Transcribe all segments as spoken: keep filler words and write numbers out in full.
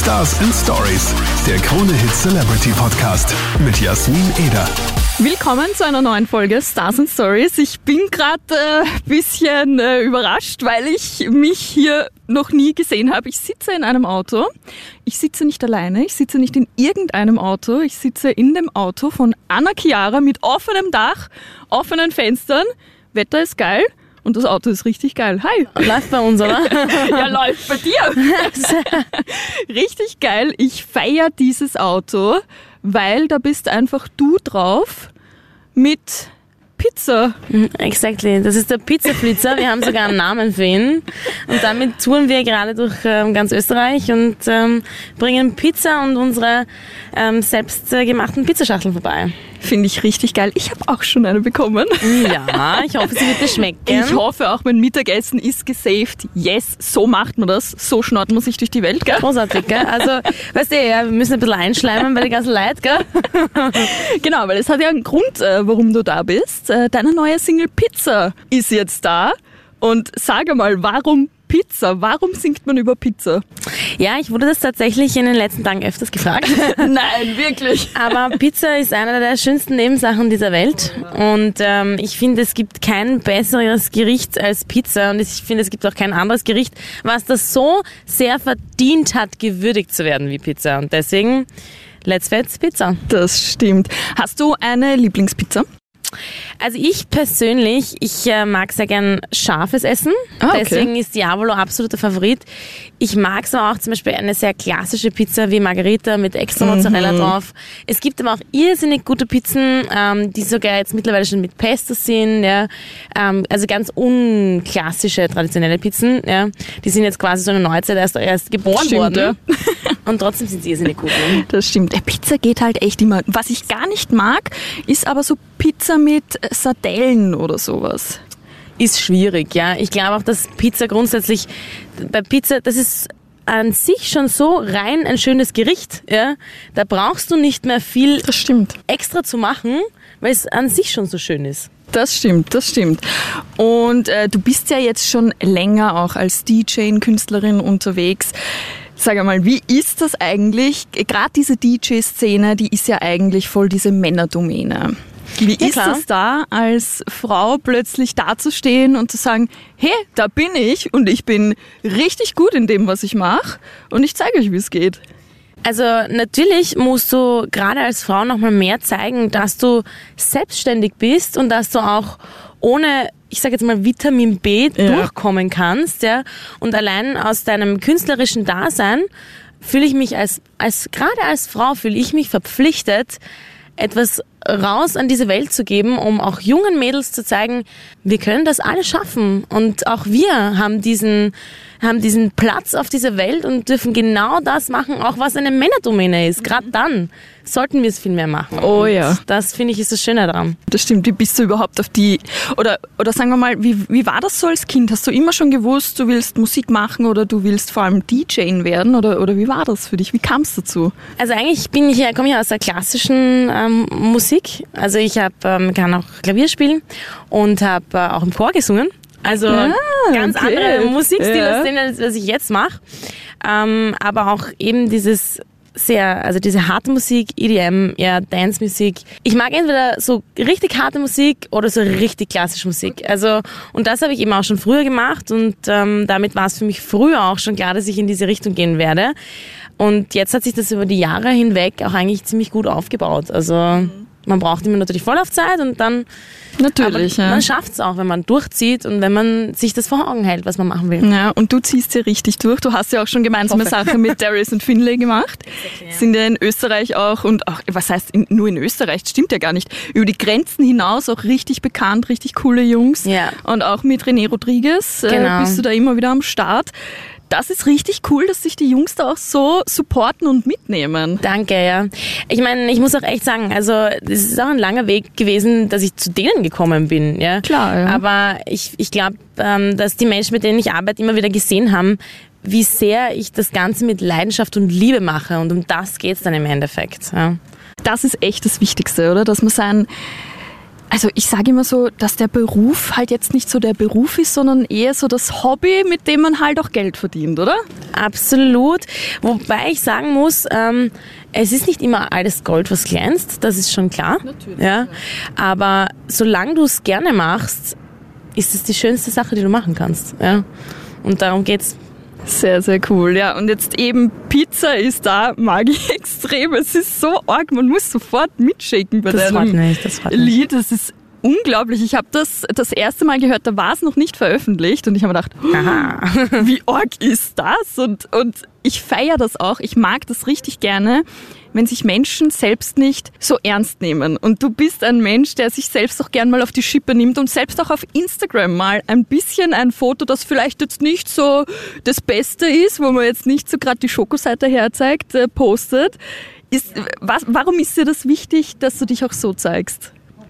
Stars and Stories, der Krone-Hit Celebrity Podcast mit Jasmin Eder. Willkommen zu einer neuen Folge Stars and Stories. Ich bin gerade ein äh, bisschen äh, überrascht, weil ich mich hier noch nie gesehen habe. Ich sitze in einem Auto. Ich sitze nicht alleine. Ich sitze nicht in irgendeinem Auto. Ich sitze in dem Auto von Anna Chiara mit offenem Dach, offenen Fenstern. Wetter ist geil. Und das Auto ist richtig geil. Hi. Läuft bei uns, oder? Ja, läuft bei dir. Richtig geil. Ich feiere dieses Auto, weil da bist einfach du drauf mit Pizza. Exactly. Das ist der Pizzaflitzer. Wir haben sogar einen Namen für ihn. Und damit touren wir gerade durch ähm, ganz Österreich und ähm, bringen Pizza und unsere ähm, selbstgemachten Pizzaschachteln vorbei. Finde ich richtig geil. Ich habe auch schon eine bekommen. Ja, ich hoffe, sie wird dir schmecken. Ich hoffe auch, mein Mittagessen ist gesaved. Yes, so macht man das. So schnort man sich durch die Welt, gell? Großartig, gell? Also, weißt du, ja, wir müssen ein bisschen einschleimen bei den ganzen Leuten, gell? Genau, weil es hat ja einen Grund, äh, warum du da bist. Äh, deine neue Single Pizza ist jetzt da. Und sage mal, warum Pizza? Warum singt man über Pizza? Ja, ich wurde das tatsächlich in den letzten Tagen öfters gefragt. Nein, wirklich. Aber Pizza ist eine der schönsten Nebensachen dieser Welt. Und ähm, ich finde, es gibt kein besseres Gericht als Pizza. Und ich finde, es gibt auch kein anderes Gericht, was das so sehr verdient hat, gewürdigt zu werden wie Pizza. Und deswegen, let's fetz Pizza. Das stimmt. Hast du eine Lieblingspizza? Also ich persönlich, ich äh, mag sehr gern scharfes Essen, ah, okay. Deswegen ist Diavolo absoluter Favorit. Ich mag so auch zum Beispiel eine sehr klassische Pizza wie Margherita mit extra Mozzarella mhm. drauf. Es gibt aber auch irrsinnig gute Pizzen, ähm, die sogar jetzt mittlerweile schon mit Pesto sind, ja. ähm, also ganz unklassische, traditionelle Pizzen. Ja. Die sind jetzt quasi so eine Neuzeit erst, erst geboren Stimmt, worden. Ja. Und trotzdem sind sie irrsinnig gut. Ne? Das stimmt. Pizza geht halt echt immer. Was ich gar nicht mag, ist aber so Pizza mit Sardellen oder sowas. Ist schwierig, ja. Ich glaube auch, dass Pizza grundsätzlich, bei Pizza, das ist an sich schon so rein ein schönes Gericht, ja. Da brauchst du nicht mehr viel das stimmt. extra zu machen, weil es an sich schon so schön ist. Das stimmt, das stimmt. Und äh, du bist ja jetzt schon länger auch als D J, Künstlerin unterwegs. Sag einmal, wie ist das eigentlich? Gerade diese D J-Szene, die ist ja eigentlich voll diese Männerdomäne. Wie ja, ist klar. das da, als Frau plötzlich dazustehen und zu sagen, hey, da bin ich und ich bin richtig gut in dem, was ich mache und ich zeige euch, wie es geht? Also natürlich musst du gerade als Frau nochmal mehr zeigen, dass du selbstständig bist und dass du auch ohne, ich sage jetzt mal, Vitamin B ja. durchkommen kannst. Ja? Und allein aus deinem künstlerischen Dasein fühle ich mich als, als gerade als Frau fühle ich mich verpflichtet, etwas raus an diese Welt zu geben, um auch jungen Mädels zu zeigen, wir können das alle schaffen. Und auch wir haben diesen, haben diesen Platz auf dieser Welt und dürfen genau das machen, auch was eine Männerdomäne ist. Gerade dann sollten wir es viel mehr machen. Oh ja. Und das finde ich ist das Schöne daran. Das stimmt. Wie bist du überhaupt auf die, oder, oder sagen wir mal, wie, wie war das so als Kind? Hast du immer schon gewusst, du willst Musik machen oder du willst vor allem D J werden? Oder, oder wie war das für dich? Wie kam es dazu? Also eigentlich bin ich ja, komme ich aus der klassischen ähm, Musik. Also ich hab, ähm, kann auch Klavier spielen und habe äh, auch im Chor gesungen. Also ah, ganz okay. andere Musikstil ja. als den, als was ich jetzt mache. Ähm, aber auch eben dieses sehr, also diese harte Musik, E D M, ja, Dance-Musik. Ich mag entweder so richtig harte Musik oder so richtig klassische Musik. Also, und das habe ich eben auch schon früher gemacht und ähm, damit war es für mich früher auch schon klar, dass ich in diese Richtung gehen werde. Und jetzt hat sich das über die Jahre hinweg auch eigentlich ziemlich gut aufgebaut. Also man braucht immer natürlich Vorlaufzeit und dann Natürlich, aber ja. man schafft es auch, wenn man durchzieht und wenn man sich das vor Augen hält, was man machen will. Ja, und du ziehst ja richtig durch. Du hast ja auch schon gemeinsame Sachen mit Darius und Finlay gemacht. Exactly, ja. Sind ja in Österreich auch und auch, was heißt in, nur in Österreich, das stimmt ja gar nicht, über die Grenzen hinaus auch richtig bekannt, richtig coole Jungs. Ja. Und auch mit René Rodriguez Genau. äh, bist du da immer wieder am Start. Das ist richtig cool, dass sich die Jungs da auch so supporten und mitnehmen. Danke, ja. Ich meine, ich muss auch echt sagen, also es ist auch ein langer Weg gewesen, dass ich zu denen gekommen bin. Ja. Klar, ja. Aber ich, ich glaube, ähm, dass die Menschen, mit denen ich arbeite, immer wieder gesehen haben, wie sehr ich das Ganze mit Leidenschaft und Liebe mache. Und um das geht's dann im Endeffekt. Ja. Das ist echt das Wichtigste, oder? Dass man sein Also ich sage immer so, dass der Beruf halt jetzt nicht so der Beruf ist, sondern eher so das Hobby, mit dem man halt auch Geld verdient, oder? Absolut. Wobei ich sagen muss, ähm, es ist nicht immer alles Gold, was glänzt, das ist schon klar. Natürlich. Ja. Aber solange du es gerne machst, ist es die schönste Sache, die du machen kannst. Ja. Und darum geht's. Sehr, sehr cool. Ja, und jetzt eben Pizza ist da, mag ich extrem. Es ist so arg, man muss sofort mitschicken bei Das freut deinem mich, das freut mich. Lied. Das ist unglaublich. Ich habe das das erste Mal gehört, da war es noch nicht veröffentlicht und ich habe mir gedacht, Aha. wie arg ist das? Und, und ich feiere das auch. Ich mag das richtig gerne, wenn sich Menschen selbst nicht so ernst nehmen. Und du bist ein Mensch, der sich selbst auch gern mal auf die Schippe nimmt und selbst auch auf Instagram mal ein bisschen ein Foto, das vielleicht jetzt nicht so das Beste ist, wo man jetzt nicht so gerade die Schokoseite herzeigt, äh, postet. Ist, was, warum ist dir das wichtig, dass du dich auch so zeigst?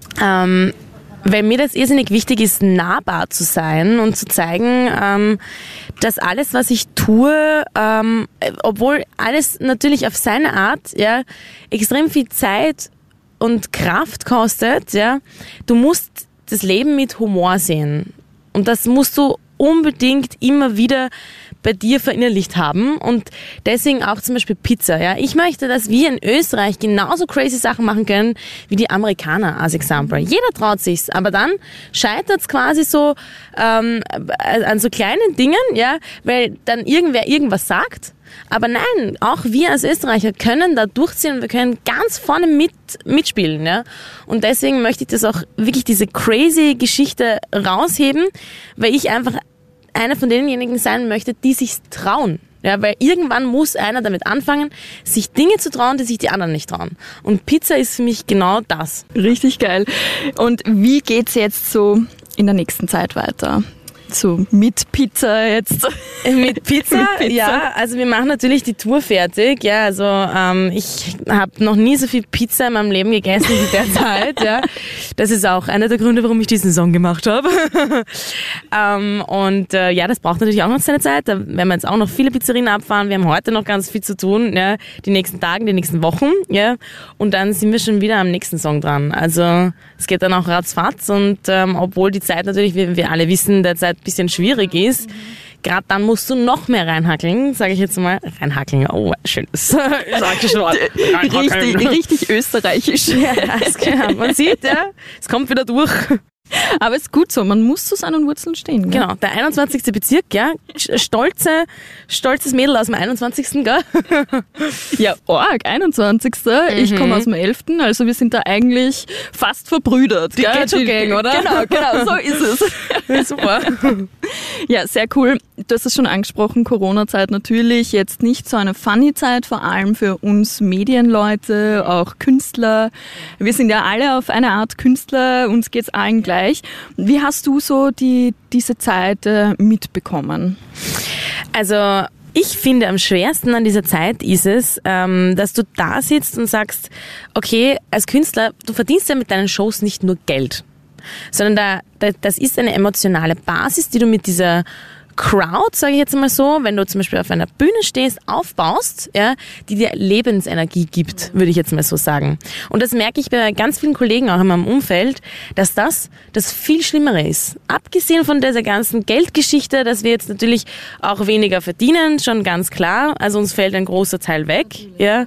Ähm, weil mir das irrsinnig wichtig ist, nahbar zu sein und zu zeigen, ähm, dass alles, was ich tue, ähm, obwohl alles natürlich auf seine Art, ja, extrem viel Zeit und Kraft kostet, ja, du musst das Leben mit Humor sehen. Und das musst du unbedingt immer wieder bei dir verinnerlicht haben und deswegen auch zum Beispiel Pizza. Ja, ich möchte, dass wir in Österreich genauso crazy Sachen machen können wie die Amerikaner als Example. Jeder traut sich's, aber dann scheitert's quasi so ähm, an so kleinen Dingen, ja, weil dann irgendwer irgendwas sagt. Aber nein, auch wir als Österreicher können da durchziehen und wir können ganz vorne mit, mitspielen. Ja? Und deswegen möchte ich das auch wirklich diese crazy Geschichte rausheben, weil ich einfach einer von denjenigen sein möchte, die sich trauen. Ja, weil irgendwann muss einer damit anfangen, sich Dinge zu trauen, die sich die anderen nicht trauen. Und Pizza ist für mich genau das. Richtig geil. Und wie geht's jetzt so in der nächsten Zeit weiter? So mit Pizza jetzt. Mit Pizza, Mit Pizza. Ja, also wir machen natürlich die Tour fertig, ja, also ähm, ich habe noch nie so viel Pizza in meinem Leben gegessen wie derzeit, ja. Das ist auch einer der Gründe, warum ich diesen Song gemacht habe. ähm, und äh, ja, das braucht natürlich auch noch seine Zeit, da werden wir jetzt auch noch viele Pizzerien abfahren, wir haben heute noch ganz viel zu tun, ja, die nächsten Tage, die nächsten Wochen, ja, und dann sind wir schon wieder am nächsten Song dran, also es geht dann auch ratzfatz und ähm, obwohl die Zeit natürlich, wie wir alle wissen, derzeit ein bisschen schwierig ist, gerade dann musst du noch mehr reinhackeln, sage ich jetzt mal. Reinhackeln, oh, schönes Wort. Richtig, richtig österreichisch. Ja, das kann man sieht, ja, es kommt wieder durch. Aber es ist gut so, man muss zu seinen Wurzeln stehen. Gell? Genau, der einundzwanzigste Bezirk, ja, stolze, stolzes Mädel aus dem einundzwanzigsten Gell? Ja, arg, einundzwanzigster Ich komme aus dem elften Also wir sind da eigentlich fast verbrüdert. Die gell? Ketchup-Gang, oder? Genau, genau, so ist es. Ja, super. Ja, sehr cool. Du hast es schon angesprochen, Corona-Zeit natürlich. Jetzt nicht so eine funny Zeit, vor allem für uns Medienleute, auch Künstler. Wir sind ja alle auf eine Art Künstler, uns geht's allen gleich. Wie hast du so die, diese Zeit äh, mitbekommen? Also ich finde, am schwersten an dieser Zeit ist es, ähm, dass du da sitzt und sagst, okay, als Künstler, du verdienst ja mit deinen Shows nicht nur Geld, sondern da, da, das ist eine emotionale Basis, die du mit dieser Crowd, sage ich jetzt mal so, wenn du zum Beispiel auf einer Bühne stehst, aufbaust, ja, die dir Lebensenergie gibt, würde ich jetzt mal so sagen. Und das merke ich bei ganz vielen Kollegen auch in meinem Umfeld, dass das das viel Schlimmere ist. Abgesehen von dieser ganzen Geldgeschichte, dass wir jetzt natürlich auch weniger verdienen, schon ganz klar. Also uns fällt ein großer Teil weg. Ja.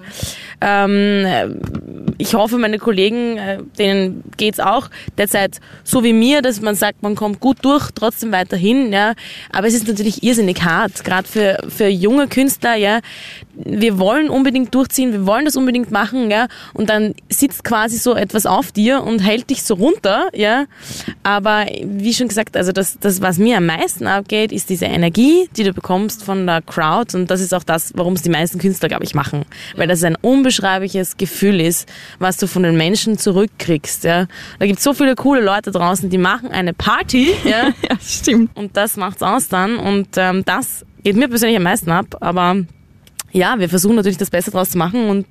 Ähm, ich hoffe, meine Kollegen, denen geht's auch derzeit so wie mir, dass man sagt, man kommt gut durch, trotzdem weiterhin. Ja. Aber es ist natürlich irrsinnig hart, gerade für, für junge Künstler, ja. Wir wollen unbedingt durchziehen, wir wollen das unbedingt machen, ja. Und dann sitzt quasi so etwas auf dir und hält dich so runter, ja. Aber wie schon gesagt, also das, das, was mir am meisten abgeht, ist diese Energie, die du bekommst von der Crowd. Und das ist auch das, warum es die meisten Künstler, glaube ich, machen. Weil das ein unbeschreibliches Gefühl ist, was du von den Menschen zurückkriegst, ja. Da gibt es so viele coole Leute draußen, die machen eine Party, ja. Ja, stimmt. Und das macht's aus dann. Und ähm, das geht mir persönlich am meisten ab. Aber ja, wir versuchen natürlich das Beste draus zu machen. Und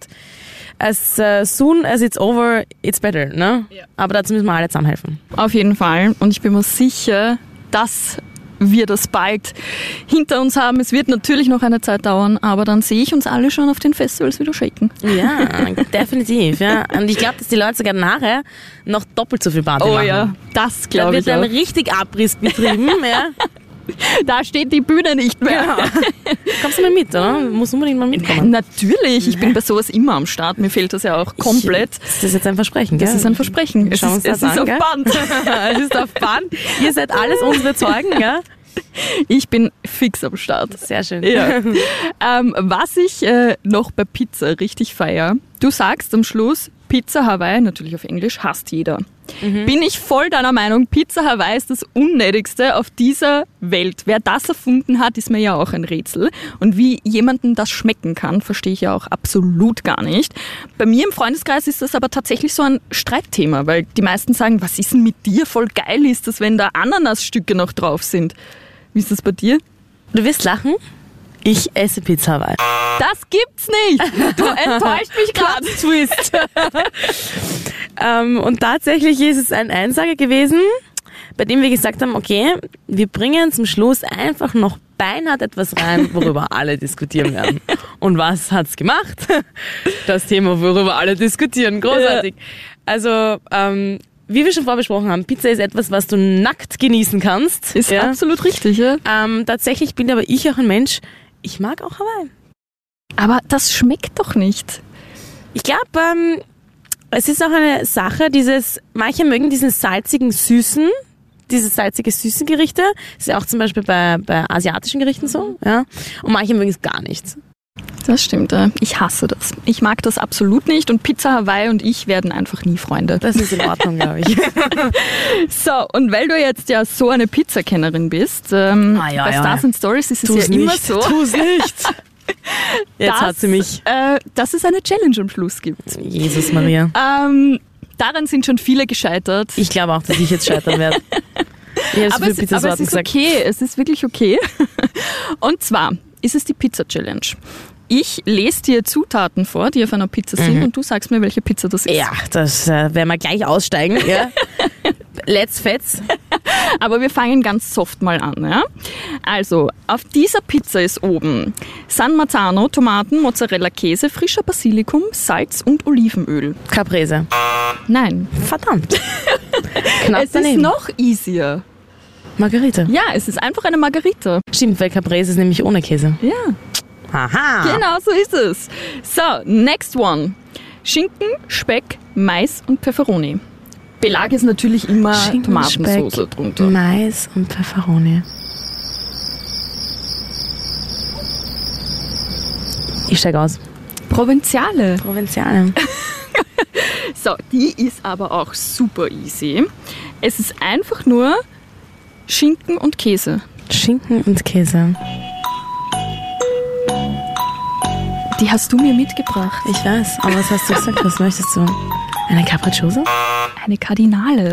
as uh, soon as it's over, it's better. Ne? Ja. Aber dazu müssen wir alle zusammenhelfen. Auf jeden Fall. Und ich bin mir sicher, dass wir das bald hinter uns haben. Es wird natürlich noch eine Zeit dauern, aber dann sehe ich uns alle schon auf den Festivals wieder shaken. Ja, definitiv. Ja. Und ich glaube, dass die Leute sogar nachher noch doppelt so viel Party Oh machen. ja, das Da glaube wird ich dann auch. richtig Abriss betrieben. Ja. Da steht die Bühne nicht mehr. Ja. Kommst du mal mit, oder? Du musst unbedingt mal mitkommen. Natürlich, ich bin bei sowas immer am Start. Mir fehlt das ja auch komplett. Ich, das ist jetzt ein Versprechen, gell? Das ist ein Versprechen. Es Schauen ist, wir es uns das ist an, auf gell? Band. Es ist auf Band. Ihr seid alles unsere Zeugen, gell? Ich bin fix am Start. Sehr schön. Ja. ähm, was ich äh, noch bei Pizza richtig feier, du sagst am Schluss, Pizza Hawaii, natürlich auf Englisch, hasst jeder. Mhm. Bin ich voll deiner Meinung, Pizza Hawaii ist das Unnötigste auf dieser Welt. Wer das erfunden hat, ist mir ja auch ein Rätsel. Und wie jemandem das schmecken kann, verstehe ich ja auch absolut gar nicht. Bei mir im Freundeskreis ist das aber tatsächlich so ein Streitthema, weil die meisten sagen, was ist denn mit dir? Voll geil ist das, wenn da Ananasstücke noch drauf sind. Wie ist das bei dir? Du wirst lachen. Ich esse Pizza Hawaii. Das gibt's nicht! Du enttäuscht mich gerade. Twist. ähm, und tatsächlich ist es ein Einsager gewesen, bei dem wir gesagt haben, okay, wir bringen zum Schluss einfach noch beinhart etwas rein, worüber alle diskutieren werden. Und was hat's gemacht? Das Thema, worüber alle diskutieren. Großartig. Also, ähm, wie wir schon vorher besprochen haben, Pizza ist etwas, was du nackt genießen kannst. Ist ja? absolut richtig, ja. Ähm, tatsächlich bin aber ich auch ein Mensch, ich mag auch Hawaii. Aber das schmeckt doch nicht. Ich glaube, ähm, es ist auch eine Sache, dieses, manche mögen diesen salzigen, süßen, diese salzige, süßen Gerichte. Das ist ja auch zum Beispiel bei, bei asiatischen Gerichten so, ja. Und manche mögen es gar nicht. Das stimmt, ja. Ich hasse das. Ich mag das absolut nicht und Pizza Hawaii und ich werden einfach nie Freunde. Das ist in Ordnung, glaube ich. So, und weil du jetzt ja so eine Pizzakennerin bist, ähm, Ah, ja, bei ja. Stars and Stories ist es Tu's ja immer nicht, so, tu's nicht. Jetzt dass, hat sie mich. Äh, dass es eine Challenge am Schluss gibt. Jesus Maria. Ähm, daran sind schon viele gescheitert. Ich glaube auch, dass ich jetzt scheitern werde. Ich habe so aber, viele es, aber es Pizzasorten ist gesagt. okay, es ist wirklich okay. Und zwar ist es die Pizza-Challenge. Ich lese dir Zutaten vor, die auf einer Pizza sind Mhm. und du sagst mir, welche Pizza das ist. Ja, das äh, werden wir gleich aussteigen. Ja. Let's fetz. Aber wir fangen ganz soft mal an. Ja? Also, auf dieser Pizza ist oben San Marzano, Tomaten, Mozzarella, Käse, frischer Basilikum, Salz und Olivenöl. Caprese. Nein. Verdammt. Knapp Es daneben. ist noch easier. Margarita. Ja, es ist einfach eine Margarita. Stimmt, weil Caprese ist nämlich ohne Käse. Ja, Aha. genau so ist es. So, next one. Schinken, Speck, Mais und Pfefferoni. Belag ist natürlich immer Schinken, Tomatensauce Speck, drunter. Mais und Pfefferoni. Ich steige aus. Provinziale. Provinziale. So, die ist aber auch super easy. Es ist einfach nur Schinken und Käse. Schinken und Käse. Die hast du mir mitgebracht. Ich weiß, aber was hast du gesagt? Was möchtest du? Eine Capricciosa? Eine Kardinale.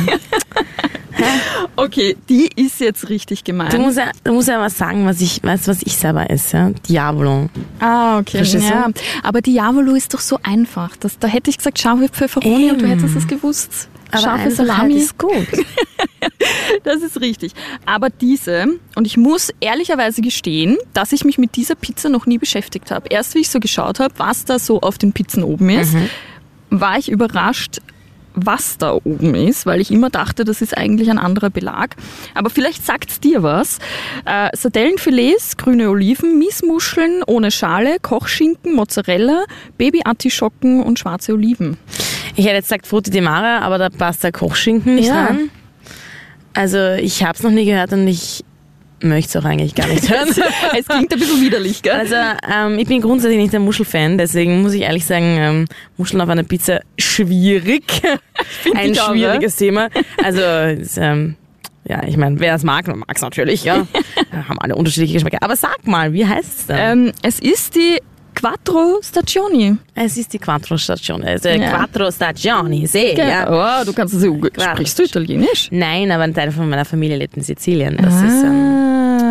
Okay, die ist jetzt richtig gemein. Du musst ja, du musst ja was sagen, was ich weiß, was ich selber esse. Ja? Diavolo. Ah, okay. Verstehst du? Ja. Aber Diavolo ist doch so einfach. Das, da hätte ich gesagt, scharfe Pfefferoni und du hättest es gewusst. Aber Scharfe Einfachheit Salami. ist gut. Das ist richtig. Aber diese, und ich muss ehrlicherweise gestehen, dass ich mich mit dieser Pizza noch nie beschäftigt habe. Erst wie ich so geschaut habe, was da so auf den Pizzen oben ist, Mhm. war ich überrascht, was da oben ist, weil ich immer dachte, das ist eigentlich ein anderer Belag. Aber vielleicht sagt's dir was. Äh, Sardellenfilets, grüne Oliven, Miesmuscheln ohne Schale, Kochschinken, Mozzarella, Babyartischocken und schwarze Oliven. Ich hätte jetzt gesagt Frutti di Mare, aber da passt der Kochschinken nicht Ja. rein. Also ich habe es noch nie gehört und ich möchte es auch eigentlich gar nicht hören. Es klingt ein bisschen widerlich, gell? Also ähm, ich bin grundsätzlich nicht ein Muschelfan, deswegen muss ich ehrlich sagen, ähm, Muscheln auf einer Pizza schwierig. Ein ich auch, schwieriges Thema. Also ist, ähm, ja, ich meine, wer es mag, mag es natürlich, ja. Haben alle unterschiedliche Geschmäcker. Aber sag mal, wie heißt es denn? Ähm, es ist die Quattro Stagioni. Es ist die Quattro Stagioni. Also Ja. Quattro Stagioni, sehe, ja. Oh, du kannst es so gut. Sprichst du Italienisch? Nein, aber ein Teil von meiner Familie lebt in Sizilien. Das ist, ähm, Ah.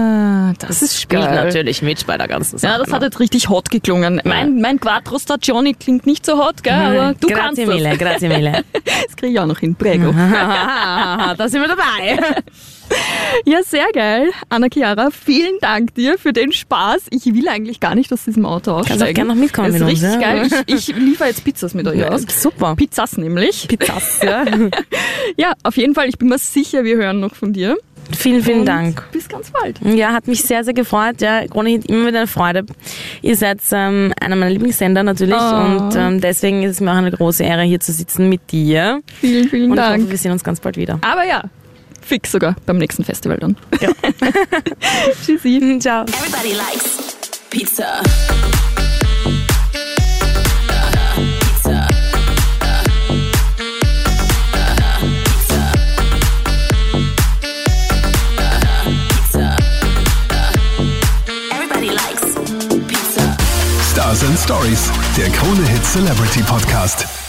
Ah, das ist spielt geil. natürlich mit bei der ganzen Sache. Ja, das hat jetzt richtig hot geklungen. Mein, mein Quattro Stagioni klingt nicht so hot, gell? Aber du grazie kannst mille, das. grazie mille. Das kriege ich auch noch hin. Prego. Da sind wir dabei. Ja, sehr geil. Anna-Chiara, vielen Dank dir für den Spaß. Ich will eigentlich gar nicht aus diesem Auto aussteigen. Kannst auch gerne noch mitkommen Das ist mit uns, richtig ja. geil. Ich, ich liefere jetzt Pizzas mit euch aus. Super. Pizzas nämlich. Pizzas, ja. Ja, auf jeden Fall. Ich bin mir sicher, wir hören noch von dir. Vielen, vielen Und Dank. Bis ganz bald. Ja, hat mich sehr, sehr gefreut. Ja, Krone Hit immer wieder eine Freude. Ihr seid ähm, einer meiner Lieblingssender natürlich Oh. und ähm, deswegen ist es mir auch eine große Ehre, hier zu sitzen mit dir. Vielen, vielen Und ich Dank. hoffe, wir sehen uns ganz bald wieder. Aber ja, fix sogar beim nächsten Festival dann. Ja. Tschüssi. Ciao. Everybody likes pizza. Stars and Stories, der Krone Hit Celebrity Podcast.